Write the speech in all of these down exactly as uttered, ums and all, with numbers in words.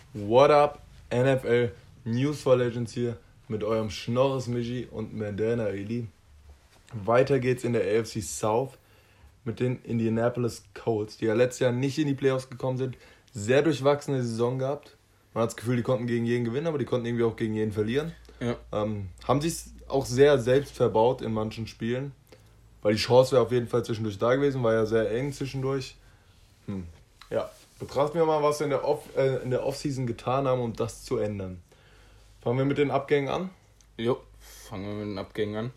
What up, N F L News for Legends hier mit eurem Schnorres Michi und Mandana Eli. Weiter geht's in der A F C South mit den Indianapolis Colts, die ja letztes Jahr nicht in die Playoffs gekommen sind. Sehr durchwachsene Saison gehabt. Man hat das Gefühl, die konnten gegen jeden gewinnen, aber die konnten irgendwie auch gegen jeden verlieren. Ja. Ähm, haben sich auch sehr selbst verbaut in manchen Spielen, weil die Chance wäre auf jeden Fall zwischendurch da gewesen, war ja sehr eng zwischendurch. Hm. Ja, betrachten wir mal, was wir in der, Off- äh, in der Offseason getan haben, um das zu ändern. Fangen wir mit den Abgängen an? Jo, fangen wir mit den Abgängen an.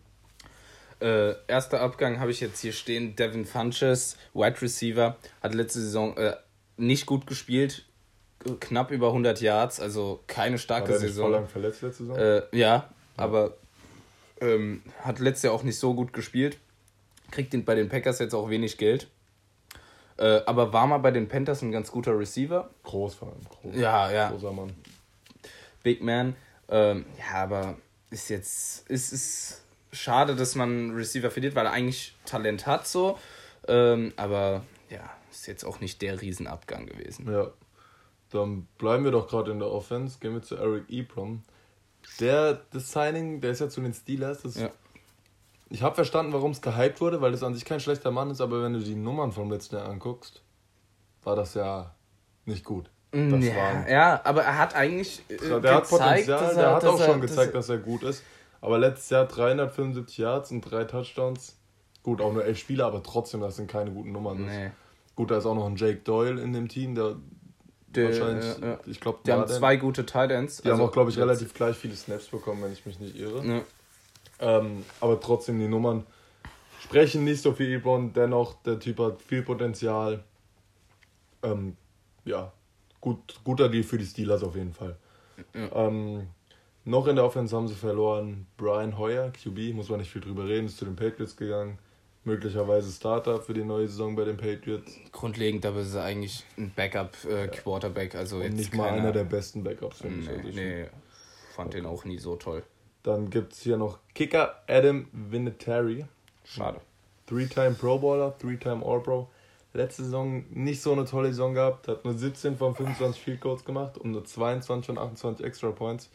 Äh, erster Abgang habe ich jetzt hier stehen, Devin Funchess, Wide Receiver, hat letzte Saison äh, nicht gut gespielt, knapp über hundert Yards, also keine starke War der nicht Saison. voll lang verletzt letzte Saison? Äh, ja, aber ähm, hat letztes Jahr auch nicht so gut gespielt, kriegt den, bei den Packers jetzt auch wenig Geld, äh, aber war mal bei den Panthers ein ganz guter Receiver. Groß vor allem, groß. Ja, ja. Großer Mann. Big Man, ähm, ja, aber ist jetzt, ist es schade, dass man einen Receiver verliert, weil er eigentlich Talent hat, so, ähm, aber ja, ist jetzt auch nicht der Riesenabgang gewesen. Ja, dann bleiben wir doch gerade in der Offense, gehen wir zu Eric Ebron. Der, das Signing, der ist ja zu den Steelers. Das Ja. Ich habe verstanden, warum es gehypt wurde, weil das an sich kein schlechter Mann ist, aber wenn du die Nummern vom letzten Jahr anguckst, war das ja nicht gut. Das ja, waren, ja, aber er hat eigentlich äh, der gezeigt, hat Potenzial, dass er, der hat dass auch er, schon dass gezeigt, er, dass er gut ist. Aber letztes Jahr dreihundertfünfundsiebzig Yards und drei Touchdowns. Gut, auch nur elf Spieler, aber trotzdem, das sind keine guten Nummern. Nee. Gut, da ist auch noch ein Jake Doyle in dem Team, der, Der, wahrscheinlich, ja, ja. ich glaube, Die haben zwei gute Tight Ends. Die also haben auch, glaube ich, jetzt- relativ gleich viele Snaps bekommen, wenn ich mich nicht irre. Ja. Ähm, aber trotzdem, die Nummern sprechen nicht so für Ebron. Dennoch, der Typ hat viel Potenzial. Ähm, ja, gut, guter Deal für die Steelers auf jeden Fall. Ja. Ähm, noch in der Offense haben sie verloren. Brian Hoyer, Q B, muss man nicht viel drüber reden, ist zu den Patriots gegangen. Möglicherweise Starter für die neue Saison bei den Patriots. Grundlegend, aber es ist eigentlich ein Backup-Quarterback. Also Und jetzt nicht mal keiner- einer der besten Backups, finde ich. Nee, Also nee, fand den auch nie so toll. Dann gibt es hier noch Kicker Adam Vinatieri. Schade. Three-Time Pro Bowler, Three-Time All-Pro. Letzte Saison nicht so eine tolle Saison gehabt. Hat nur siebzehn von fünfundzwanzig Field Goals gemacht und nur zweiundzwanzig von achtundzwanzig Extra Points.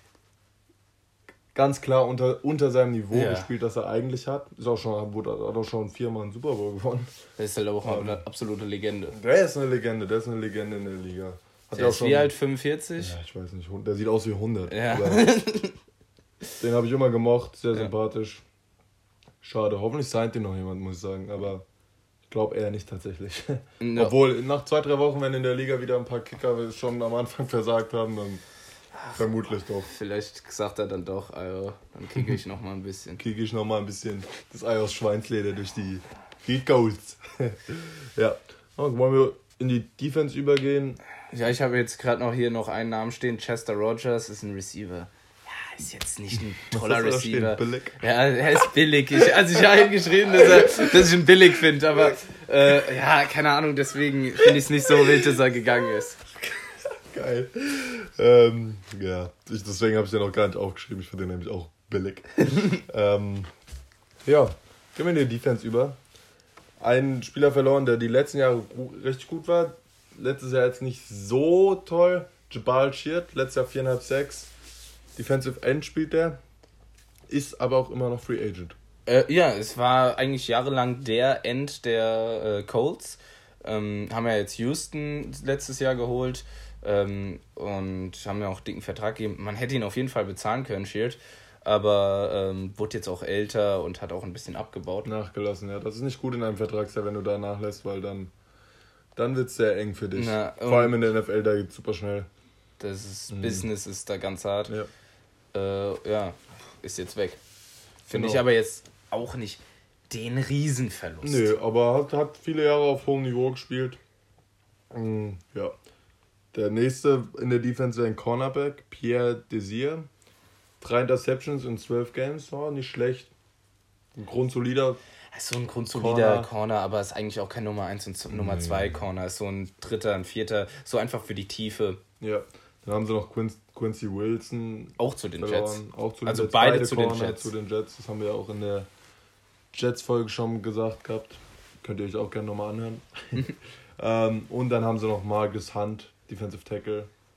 Ganz klar unter, unter seinem Niveau Ja. gespielt, das er eigentlich hat. Ist auch schon, hat auch schon viermal einen Super Bowl gewonnen. Der ist halt auch Ähm, eine absolute Legende. Der ist eine Legende, der ist eine Legende in der Liga. Hat Der ja ist wie alt, fünfundvierzig? Ja, ich weiß nicht, der sieht aus wie hundert. Ja. Aber den habe ich immer gemocht, sehr Ja. sympathisch. Schade, hoffentlich signed den noch jemand, muss ich sagen, aber ich glaube eher nicht tatsächlich. Ja. Obwohl, nach zwei, drei Wochen, wenn in der Liga wieder ein paar Kicker schon am Anfang versagt haben, dann vermutlich doch. Vielleicht sagt er dann doch, also, dann kicke ich noch mal ein bisschen. Kriege ich nochmal ein bisschen das Ei aus Schweinsleder durch die Field Goals. Ja, also wollen wir in die Defense übergehen? Ja, ich habe jetzt gerade noch hier noch einen Namen stehen. Chester Rogers ist ein Receiver. Ja, ist jetzt nicht ein toller hast du da stehen? Receiver. Billig? Ja, er ist billig. Ich, also ich habe ihm geschrieben, dass, er, dass ich ihn billig finde, aber äh, ja, keine Ahnung, deswegen finde ich es nicht so wild, dass er gegangen ist. Geil. Ähm, ja, ich, deswegen habe ich den auch gar nicht aufgeschrieben. Ich finde den nämlich auch billig. ähm, ja, gehen wir in die Defense über. Ein Spieler verloren, der die letzten Jahre gu- richtig gut war. Letztes Jahr jetzt nicht so toll. Jabal Sheard, letztes Jahr viereinhalb sechs. Defensive End spielt der. Ist aber auch immer noch Free Agent. Äh, ja, es war eigentlich jahrelang der End der äh, Colts. Ähm, haben ja jetzt Houston letztes Jahr geholt ähm, und haben ja auch einen dicken Vertrag gegeben. Man hätte ihn auf jeden Fall bezahlen können, Sheard, aber ähm, wurde jetzt auch älter und hat auch ein bisschen abgebaut. Nachgelassen, ja. Das ist nicht gut in einem Vertragsjahr, wenn du da nachlässt, weil dann, dann wird es sehr eng für dich. Na, Vor allem in der N F L, da geht es super schnell. Das ist, Mhm. Business ist da ganz hart. Ja. Äh, ja, ist jetzt weg. Finde Genau. ich aber jetzt auch nicht den Riesenverlust. Nö, aber hat, hat viele Jahre auf hohem Niveau gespielt. Mm, ja. Der nächste in der Defense wäre ein Cornerback, Pierre Desir. Drei Interceptions in zwölf Games, war nicht schlecht. Ein grundsolider. Ist so ein grundsolider Corner. Corner, aber ist eigentlich auch kein Nummer eins und Nummer Nee. zwei Corner. Ist so ein dritter, ein vierter, so einfach für die Tiefe. Ja. Dann haben sie noch Quin- Quincy Wilson Auch zu den Jets. verloren. Auch zu den Also Jets. beide zu den Corner Jets. zu den Jets. Das haben wir auch in der Jets-Folge schon gesagt gehabt. Könnt ihr euch auch gerne nochmal anhören. ähm, und dann haben sie noch Marcus Hunt, Defensive Tackle.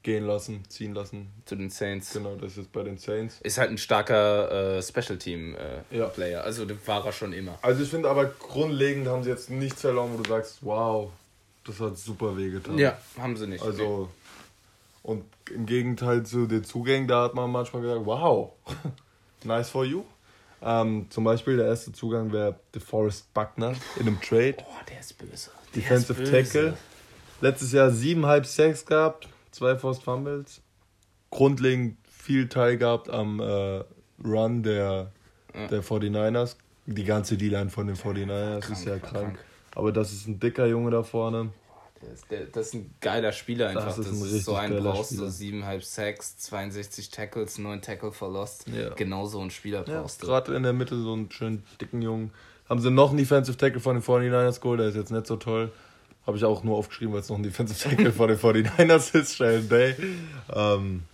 gehen lassen, ziehen lassen. Zu den Saints. Genau, das ist jetzt bei den Saints. Ist halt ein starker äh, Special-Team-Player. Äh, Ja. Also, das war er schon immer. Also ich finde aber grundlegend haben sie jetzt nichts verloren, wo du sagst, wow, das hat super wehgetan. Ja, haben sie nicht. Also, und im Gegenteil zu den Zugängen, da hat man manchmal gesagt, wow, nice for you. Ähm, zum Beispiel der erste Zugang wäre DeForest Buckner in einem Trade. Oh, der ist böse. Der Defensive ist böse. Tackle. Letztes Jahr siebeneinhalb Sacks gehabt, zwei Forced Fumbles. Grundlegend viel Teil gehabt am äh, Run der, Ja. der forty-niners. Die ganze D-Line von den forty-niners Krank, ist ja krank. krank. Aber das ist ein dicker Junge da vorne. Der ist, der, das ist ein geiler Spieler einfach. Das Das ist ist, ein richtig so einen geiler brauchst du. Spieler. siebeneinhalb Sacks, zweiundsechzig Tackles, neun Tackle for Lost. Ja. Genau so einen Spieler Ja, brauchst du. gerade in der Mitte so einen schönen dicken Jungen. Haben sie noch einen Defensive Tackle von den forty-niners geholt, der ist jetzt nicht so toll. Habe ich auch nur aufgeschrieben, weil es noch ein Defensive Tackle von den forty-niners ist, Sheldon Day. Ähm,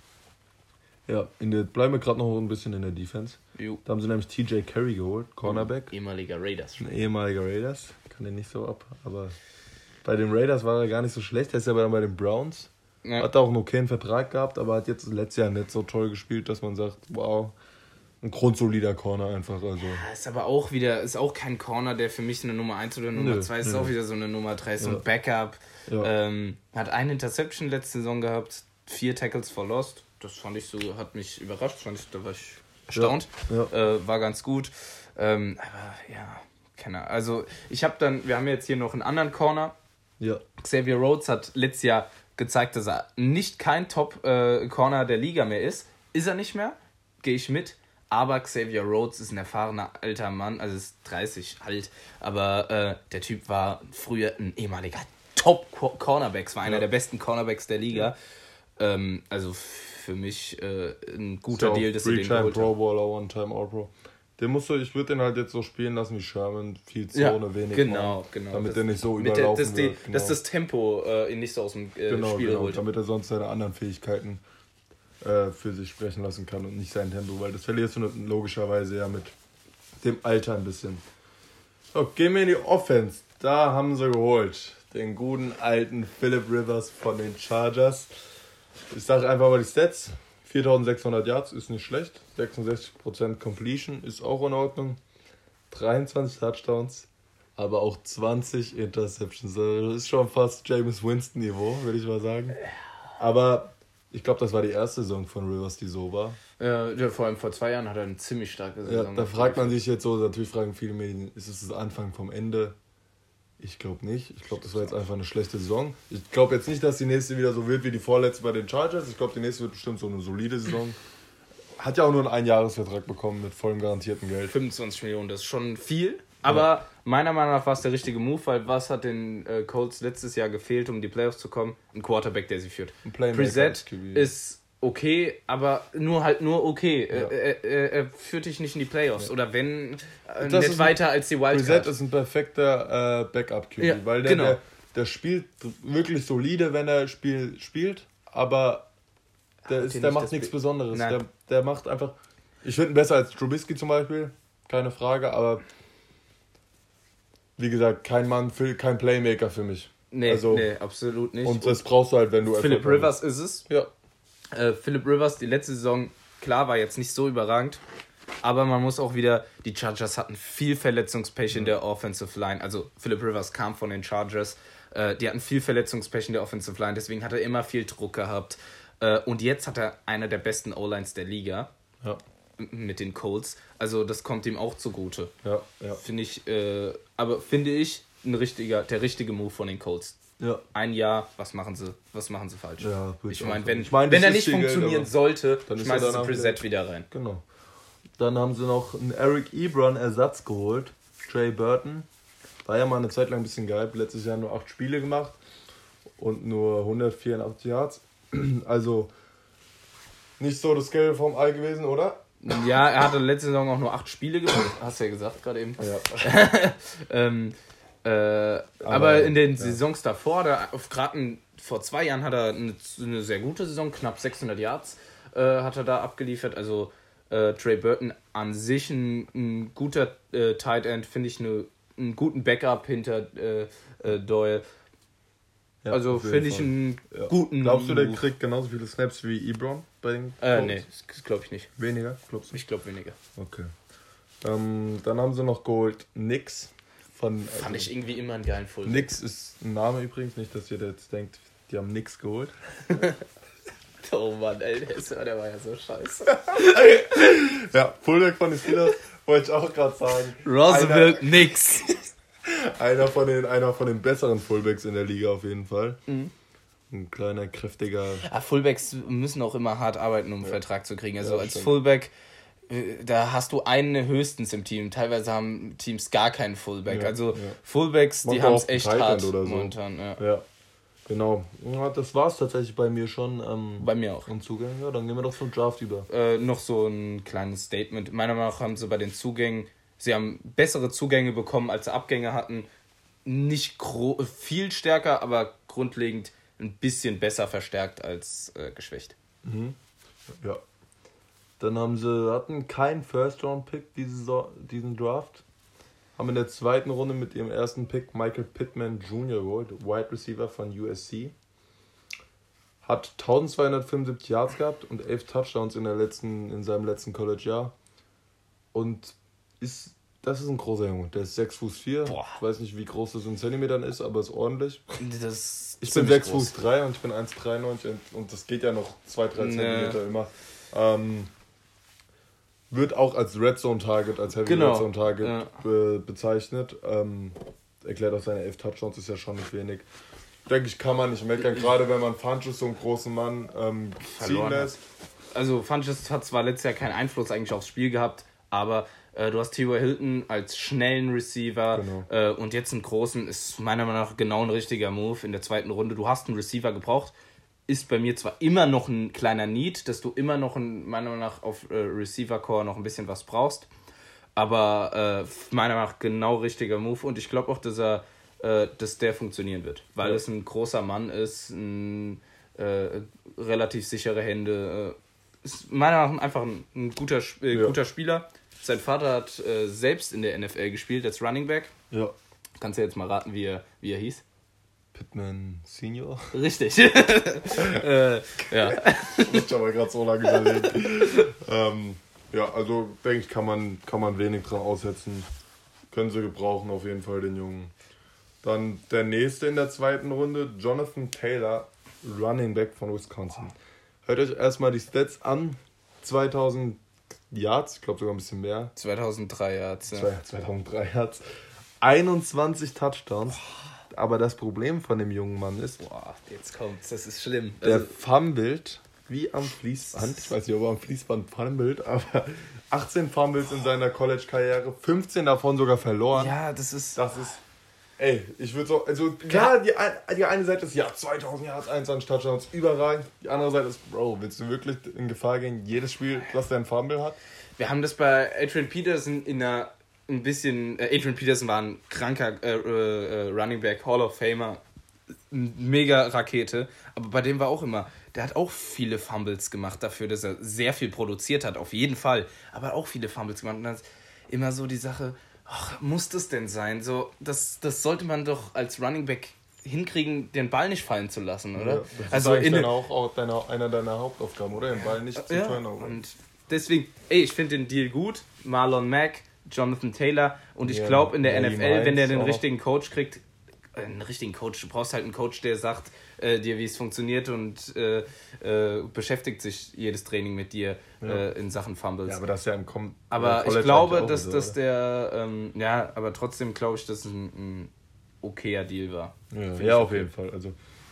ja, in der, bleiben wir gerade noch ein bisschen in der Defense. Jo. Da haben sie nämlich T J Carey geholt, Cornerback. Ehemaliger Raiders. Ein ehemaliger Raiders. Kann den nicht so ab, aber bei den Raiders war er gar nicht so schlecht. Er ist ja dann bei den Browns. Ja. Hat auch einen okayen Vertrag gehabt, aber hat jetzt letztes Jahr nicht so toll gespielt, dass man sagt, wow, ein grundsolider Corner einfach. Also. Ist aber auch wieder, ist auch kein Corner, der für mich eine Nummer eins oder Nummer Nö, zwei ist, nö. auch wieder so eine Nummer drei, so Ja. ein Backup. Ja. Ähm, hat eine Interception letzte Saison gehabt, vier Tackles for Lost. Das fand ich so, hat mich überrascht, fand ich, da war ich erstaunt. Ja, ja. Äh, war ganz gut. Ähm, aber ja, keine Ahnung. Also ich habe dann, wir haben jetzt hier noch einen anderen Corner. Ja. Xavier Rhodes hat letztes Jahr gezeigt, dass er nicht kein Top-Corner der Liga mehr ist. Ist er nicht mehr, gehe ich mit. Aber Xavier Rhodes ist ein erfahrener alter Mann, also ist dreißig alt. Aber äh, der Typ war früher ein ehemaliger Top-Cornerback, war einer Ja. der besten Cornerbacks der Liga. Ähm, also für mich äh, ein guter So, Deal, dass sie den Three-Time geholt Pro haben. Bowler, One-Time All-Pro. Den musst du, ich würde den halt jetzt so spielen lassen wie Sherman, viel Ja, Zone, wenig genau, Raum, genau. damit Das- der nicht so Mit der, überlaufen dass, die, wird. Genau. dass das Tempo äh, ihn nicht so aus dem äh, genau, Spiel genau, holt. damit er sonst seine anderen Fähigkeiten äh, für sich sprechen lassen kann und nicht sein Tempo, weil das verlierst du logischerweise ja mit dem Alter ein bisschen. So, gehen wir in die Offense. Da haben sie geholt den guten alten Philip Rivers von den Chargers. Ich sage einfach mal die Stats. viertausendsechshundert Yards ist nicht schlecht. sechsundsechzig Prozent Completion ist auch in Ordnung. dreiundzwanzig Touchdowns, aber auch zwanzig Interceptions. Also das ist schon fast Jameis Winston-Niveau, würde ich mal sagen. Aber ich glaube, das war die erste Saison von Rivers, die so war. Ja, ja, vor allem vor zwei Jahren hat er eine ziemlich starke Ja, Saison. da fragt man sich jetzt so, natürlich fragen viele Medien, ist es das Anfang vom Ende? Ich glaube nicht. Ich glaube, das war jetzt einfach eine schlechte Saison. Ich glaube jetzt nicht, dass die nächste wieder so wird wie die vorletzte bei den Chargers. Ich glaube, die nächste wird bestimmt so eine solide Saison. Hat ja auch nur einen Einjahresvertrag bekommen mit vollem garantierten Geld. fünfundzwanzig Millionen, das ist schon viel. Aber ja. meiner Meinung nach war es der richtige Move, weil was hat den äh, Colts letztes Jahr gefehlt, um in die Playoffs zu kommen? Ein Quarterback, der sie führt. Ein Playmaker Preset als Q B. ist okay, aber nur halt nur okay. Ja. Er, er, er führt dich nicht in die Playoffs. Ja. Oder wenn, äh, Das nicht ist weiter als die Preset Wildcard. ist ein perfekter äh, Backup-Q B, Ja, weil der, genau. der, der spielt wirklich solide, wenn er Spiel spielt, aber der, ist, dir der nicht macht das nichts Bi- Besonderes. Nein. Der, der macht einfach... Ich finde ihn besser als Trubisky zum Beispiel, keine Frage, aber wie gesagt, kein Mann, für, kein Playmaker für mich. Nee, also, nee, absolut nicht. Und das brauchst du halt, wenn du... Philip Erfolg Rivers ist es. Ja. Äh, Philip Rivers, die letzte Saison, klar, war jetzt nicht so überragend. Aber man muss auch wieder, die Chargers hatten viel Verletzungspech in der Offensive Line. Also Philip Rivers kam von den Chargers. Äh, die hatten viel Verletzungspech in der Offensive Line. Deswegen hat er immer viel Druck gehabt. Äh, und jetzt hat er eine der besten O-Lines der Liga. Ja. Mit den Colts. Also das kommt ihm auch zugute. Ja, ja. Finde ich, äh, aber finde ich, ein richtiger, der richtige Move von den Colts. Ja. Ein Jahr, was machen sie, was machen sie falsch? Ja, würd ich ich meine, auch wenn, sagen. Ich mein, wenn das er ist nicht viel Geld, funktionieren aber sollte, dann ist schmeißen er sie danach Preset wieder rein. Genau. Dann haben sie noch einen Eric Ebron Ersatz geholt. Trey Burton. War ja mal eine Zeit lang ein bisschen geil. Letztes Jahr nur acht Spiele gemacht und nur hundertvierundachtzig Yards. Also nicht so das Gelbe vom Ei gewesen, oder? Ja, er hatte letzte Saison auch nur acht Spiele gemacht. Hast du ja gesagt gerade eben. Ja. ähm, äh, aber, aber in den ja. Saisons davor, gerade vor zwei Jahren hat er eine, eine sehr gute Saison, knapp sechshundert Yards äh, hat er da abgeliefert. Also äh, Trey Burton an sich ein, ein guter äh, Tight End, finde ich eine, einen guten Backup hinter äh, äh, Doyle. Ja, also finde ich einen ja. guten Glaubst du, der kriegt genauso viele Snaps wie Ebron bei den Äh, nee, das glaube ich nicht. Weniger, glaubst du? Ich glaube weniger. Okay. Ähm, dann haben sie noch geholt Nix. Von, also Fand ich irgendwie immer einen geilen Fullback. Nix ist ein Name übrigens, nicht, dass ihr jetzt denkt, die haben Nix geholt. Oh Mann, ey, der, der war ja so scheiße. Ja, Fullback von den Steelers wollte ich auch gerade sagen. Roosevelt Nix. Einer von, den, einer von den besseren Fullbacks in der Liga auf jeden Fall. Mhm. Ein kleiner, kräftiger... Ja, Fullbacks müssen auch immer hart arbeiten, um einen ja. Vertrag zu kriegen. Also ja, als stimmt. Fullback, da hast du einen höchstens im Team. Teilweise haben Teams gar keinen Fullback. Ja, also ja. Fullbacks, die haben es echt hart oder so. momentan. Ja. ja, genau. Ja, das war es tatsächlich bei mir schon. Ähm, bei mir auch. Und Zugänge, ja, dann gehen wir doch zum Draft über. Äh, noch so ein kleines Statement. Meiner Meinung nach haben sie bei den Zugängen, sie haben bessere Zugänge bekommen, als sie Abgänge hatten. Nicht gro- viel stärker, aber grundlegend ein bisschen besser verstärkt als äh, geschwächt. Mhm. Ja. Dann haben sie, hatten keinen First-Round-Pick diese, diesen Draft. Haben in der zweiten Runde mit ihrem ersten Pick Michael Pittman Junior geholt, Wide Receiver von U S C. Hat eintausendzweihundertfünfundsiebzig Yards gehabt und elf Touchdowns in, der letzten, in seinem letzten College-Jahr. Und ist, das ist ein großer Junge. Der ist sechs Fuß vier. Boah. Ich weiß nicht, wie groß das in Zentimetern ist, aber ist ordentlich. Das ich bin sechs Fuß drei und ich bin eins Komma dreiundneunzig und das geht ja noch zwei bis drei nee. Zentimeter immer. Ähm, wird auch als Red Zone Target, als Heavy genau. Red Zone Target ja. be- bezeichnet. Ähm, erklärt auch seine elf Touchdowns, ist ja schon nicht wenig. Denke ich, kann man nicht meckern, gerade wenn man Funches, so einen großen Mann, ähm, ziehen lässt. Also Funches hat zwar letztes Jahr keinen Einfluss eigentlich aufs Spiel gehabt, aber äh, du hast T Y. Hilton als schnellen Receiver genau. äh, und jetzt einen großen, ist meiner Meinung nach genau ein richtiger Move in der zweiten Runde. Du hast einen Receiver gebraucht, ist bei mir zwar immer noch ein kleiner Need, dass du immer noch ein, meiner Meinung nach auf äh, Receiver-Core noch ein bisschen was brauchst, aber äh, meiner Meinung nach genau richtiger Move und ich glaube auch, dass er äh, dass der funktionieren wird, weil ja. es ein großer Mann ist, ein, äh, relativ sichere Hände, äh, ist meiner Meinung nach einfach ein, ein guter, äh, ja. guter Spieler. Sein Vater hat äh, selbst in der N F L gespielt als Running Back. Ja. Kannst du jetzt mal raten, wie er, wie er hieß? Pittman Senior? Richtig. äh, ja. Ich habe gerade so lange überlegt. ähm, ja, also denke ich, kann man, kann man wenig dran aussetzen. Können sie gebrauchen, auf jeden Fall, den Jungen. Dann der nächste in der zweiten Runde, Jonathan Taylor, Running Back von Wisconsin. Hört euch erstmal die Stats an. zweitausend Yards, ich glaube sogar ein bisschen mehr. zweitausenddrei Yards, ja. zweitausenddrei Yards. einundzwanzig Touchdowns. Aber das Problem von dem jungen Mann ist... Boah, jetzt kommt's, das ist schlimm. Der also, fummelt wie am Fließband. Ich weiß nicht, ob er am Fließband fummelt, aber achtzehn Fumbles in seiner College-Karriere, fünfzehn davon sogar verloren. Ja, das ist... Das ist... Ey, ich würde so... Also klar, die, die eine Seite ist, ja, zweitausend Yards, einundzwanzig Touchdowns, überragend. Die andere Seite ist, Bro, willst du wirklich in Gefahr gehen, jedes Spiel, dass der einen Fumble hat? Wir haben das bei Adrian Peterson in einer... ein bisschen, äh, Adrian Peterson war ein kranker äh, äh, Running Back, Hall of Famer, mega Rakete, aber bei dem war auch immer, der hat auch viele Fumbles gemacht dafür, dass er sehr viel produziert hat, auf jeden Fall, aber auch viele Fumbles gemacht und dann ist immer so die Sache, ach, muss das denn sein? So, das, das sollte man doch als Running Back hinkriegen, den Ball nicht fallen zu lassen, oder? Ja, das also ist in dann auch, auch deine, einer deiner Hauptaufgaben, oder? Den Ball nicht zu ja, turnover. Und deswegen, ey, ich finde den Deal gut, Marlon Mack, Jonathan Taylor und ich ja, glaube in der ja, N F L, wenn der den auch. richtigen Coach kriegt, äh, einen richtigen Coach, du brauchst halt einen Coach, der sagt äh, dir, wie es funktioniert und äh, äh, beschäftigt sich jedes Training mit dir ja. äh, in Sachen Fumbles. Ja, aber das ist ja im Com- Aber College ich glaube, dass, so, dass der, ähm, ja, aber trotzdem glaube ich, dass es ein, ein okayer Deal war. Ja, ja auf jeden Fall. Also,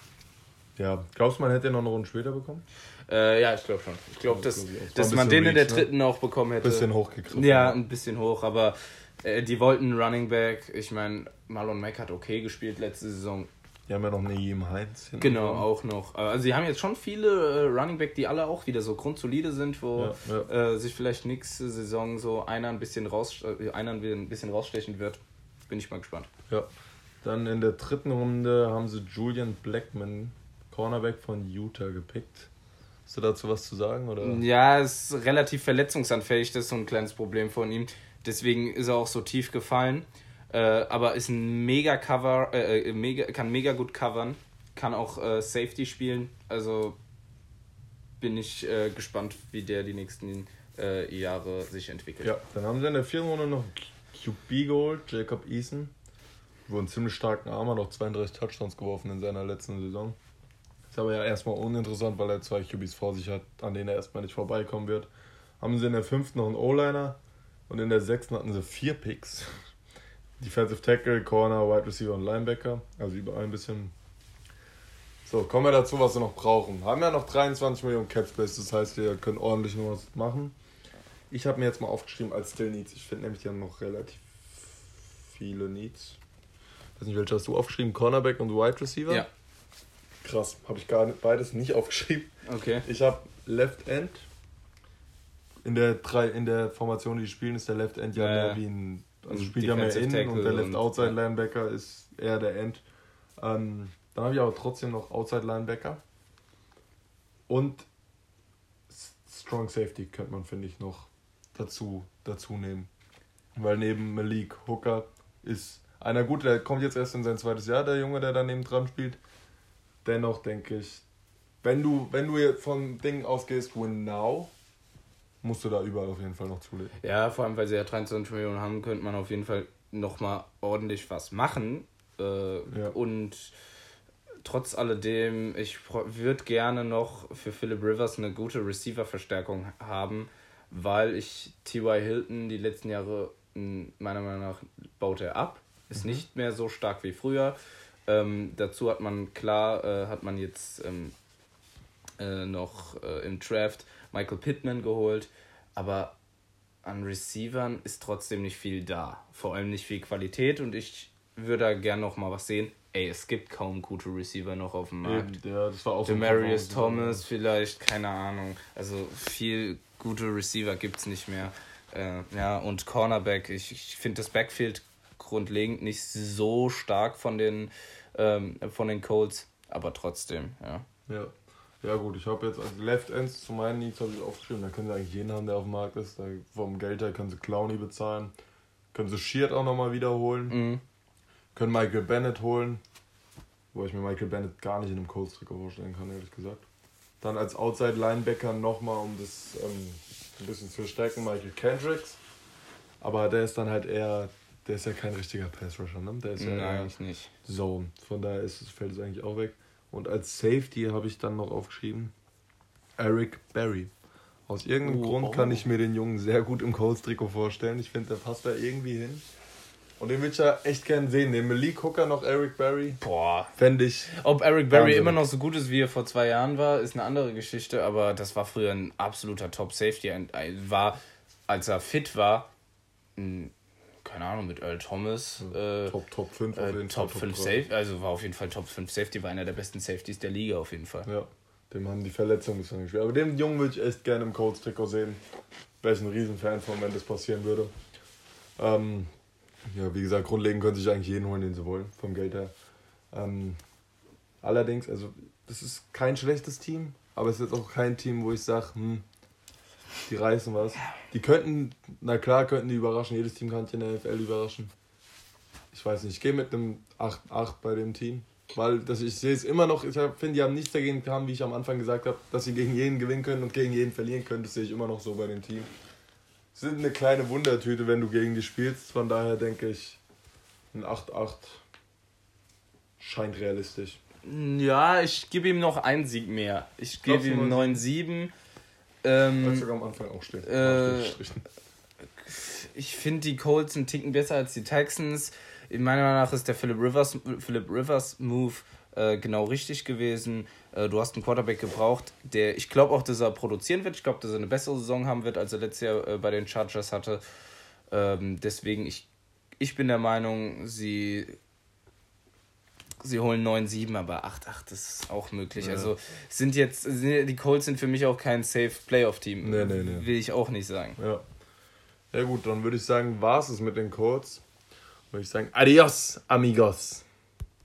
ja, glaubst du, man hätte noch eine Runde später bekommen? Äh, ja, ich glaube schon. Ich glaube, dass, glaub ich dass man den in der dritten auch bekommen hätte. Ein bisschen hochgegriffen. Ja, ein bisschen hoch, aber äh, die wollten einen Running Back. Ich meine, Marlon Mack hat okay gespielt letzte Saison. Die haben ja noch eine Jim Heinz. Genau, auch noch. Also sie haben jetzt schon viele äh, Running Back, die alle auch wieder so grundsolide sind, wo ja, ja. Äh, sich vielleicht nächste Saison so einer ein bisschen raus, äh, einer ein bisschen rausstechen wird. Bin ich mal gespannt. Ja. Dann in der dritten Runde haben sie Julian Blackmon, Cornerback von Utah, gepickt. Hast du dazu was zu sagen? Oder? Ja, es ist relativ verletzungsanfällig, das ist so ein kleines Problem von ihm. Deswegen ist er auch so tief gefallen. Äh, aber ist ein mega Cover, äh, mega, kann mega gut covern. kann auch äh, Safety spielen. Also bin ich äh, gespannt, wie der die nächsten äh, Jahre sich entwickelt. Ja, dann haben sie in der vierten Runde noch Q B geholt, Jacob Eason. Wo einen ziemlich starken Arm, hat noch zweiunddreißig Touchdowns geworfen in seiner letzten Saison. Ist aber ja erstmal uninteressant, weil er zwei Q Bs vor sich hat, an denen er erstmal nicht vorbeikommen wird. Haben sie in der fünften noch einen O-Liner und in der sechsten hatten sie vier Picks. Defensive Tackle, Corner, Wide Receiver und Linebacker. Also überall ein bisschen. So, kommen wir dazu, was wir noch brauchen. Haben ja noch dreiundzwanzig Millionen Cap Space, das heißt, wir können ordentlich noch was machen. Ich habe mir jetzt mal aufgeschrieben als Still Needs. Ich finde nämlich, die haben noch relativ viele Needs. Ich weiß nicht, welche hast du aufgeschrieben? Cornerback und Wide Receiver? Ja. Krass, habe ich gar nicht, beides nicht aufgeschrieben. Okay. Ich habe Left End. In der, drei, in der Formation, die die spielen, ist der Left End ja, ja mehr wie ein. Also spielt ja mehr Innen und der Left Outside Linebacker ist eher der End. Ähm, dann habe ich aber trotzdem noch Outside Linebacker. Und Strong Safety könnte man, finde ich, noch dazu, dazu nehmen. Weil neben Malik Hooker ist einer gut, der kommt jetzt erst in sein zweites Jahr, der Junge, der daneben dran spielt. Dennoch denke ich, wenn du, wenn du jetzt von Dingen ausgehst, win now, musst du da überall auf jeden Fall noch zulegen. Ja, vor allem, weil sie ja dreiundzwanzig Millionen haben, könnte man auf jeden Fall nochmal ordentlich was machen. Äh, ja. Und trotz alledem, ich würde gerne noch für Philip Rivers eine gute Receiver-Verstärkung haben, weil ich T Y. Hilton die letzten Jahre, meiner Meinung nach, baut er ab. Ist mhm. nicht mehr so stark wie früher. Ähm, dazu hat man, klar, äh, hat man jetzt ähm, äh, noch äh, im Draft Michael Pittman geholt, aber an Receivern ist trotzdem nicht viel da. Vor allem nicht viel Qualität und ich würde da gerne noch mal was sehen. Ey, es gibt kaum gute Receiver noch auf dem Markt. Ja, das war auch so. Demaryius Thomas vielleicht, keine Ahnung. Also viel gute Receiver gibt es nicht mehr. Äh, ja, und Cornerback, ich, ich finde das Backfield grundlegend nicht so stark von den, ähm, von den Colts, aber trotzdem, ja. Ja. Ja gut, ich habe jetzt als Left Ends zu meinen Needs habe ich aufgeschrieben, da können sie eigentlich jeden haben, der auf dem Markt ist. Da vom Geld her können sie Clowney bezahlen, können sie Sheard auch nochmal wiederholen, mhm. können Michael Bennett holen, wo ich mir Michael Bennett gar nicht in einem Colts-Trikot vorstellen kann, ehrlich gesagt. Dann als Outside-Linebacker nochmal, um das ähm, ein bisschen zu verstärken, Michael Kendricks. Aber der ist dann halt eher, der ist ja kein richtiger Pass-Rusher, ne? Der ist ja Nein, eigentlich nicht. Zone, von daher ist, fällt es eigentlich auch weg. Und als Safety habe ich dann noch aufgeschrieben Eric Berry. Aus irgendeinem oh, Grund kann oh. ich mir den Jungen sehr gut im Colts-Trikot vorstellen. Ich finde, der passt da irgendwie hin. Und den würde ich ja echt gern sehen. Den Malik Hooker noch Eric Berry. Boah. Fände ich. Ob Eric Berry Wahnsinn. Immer noch so gut ist, wie er vor zwei Jahren war, ist eine andere Geschichte. Aber das war früher ein absoluter Top-Safety. War, als er fit war, ein keine Ahnung, mit Earl Thomas. Äh, Top, Top fünf auf jeden äh, Top Fall. Top fünf Safety, also war auf jeden Fall Top fünf Safety, war einer der besten Safeties der Liga auf jeden Fall. Ja, dem haben die Verletzungen bisher gespielt. Aber den Jungen würde ich echt gerne im Colts-Trikot sehen. Wäre ich ein Riesenfan von, wenn das passieren würde. Ähm, ja, wie gesagt, grundlegend können sich eigentlich jeden holen, den sie wollen, vom Geld her. Ähm, allerdings, also, das ist kein schlechtes Team, aber es ist jetzt auch kein Team, wo ich sage, hm, die reißen was. Die könnten, na klar, könnten die überraschen. Jedes Team kann in der N F L überraschen. Ich weiß nicht, ich gehe mit einem acht acht bei dem Team. Weil das, ich sehe es immer noch, ich finde, die haben nichts dagegen getan, wie ich am Anfang gesagt habe, dass sie gegen jeden gewinnen können und gegen jeden verlieren können. Das sehe ich immer noch so bei dem Team. Sie sind eine kleine Wundertüte, wenn du gegen die spielst. Von daher denke ich, ein acht acht scheint realistisch. Ja, ich gebe ihm noch einen Sieg mehr. Ich gebe ihm neun sieben. Ähm, sogar am Anfang auch stehen. Äh, ich finde die Colts einen Ticken besser als die Texans. In meiner Meinung nach ist der Philip Rivers, Philip Rivers Move äh, genau richtig gewesen. Äh, du hast einen Quarterback gebraucht, der, ich glaube auch, dass er produzieren wird. Ich glaube, dass er eine bessere Saison haben wird, als er letztes Jahr äh, bei den Chargers hatte. Ähm, deswegen, ich, ich bin der Meinung, sie... Sie holen neun sieben, aber acht acht ist auch möglich. Ja. Also sind jetzt, sind, die Colts sind für mich auch kein safe Playoff-Team. Nee, nee, nee. Will ich auch nicht sagen. Ja. Ja gut, dann würde ich sagen, war es mit den Colts. Würde ich sagen, adios, amigos.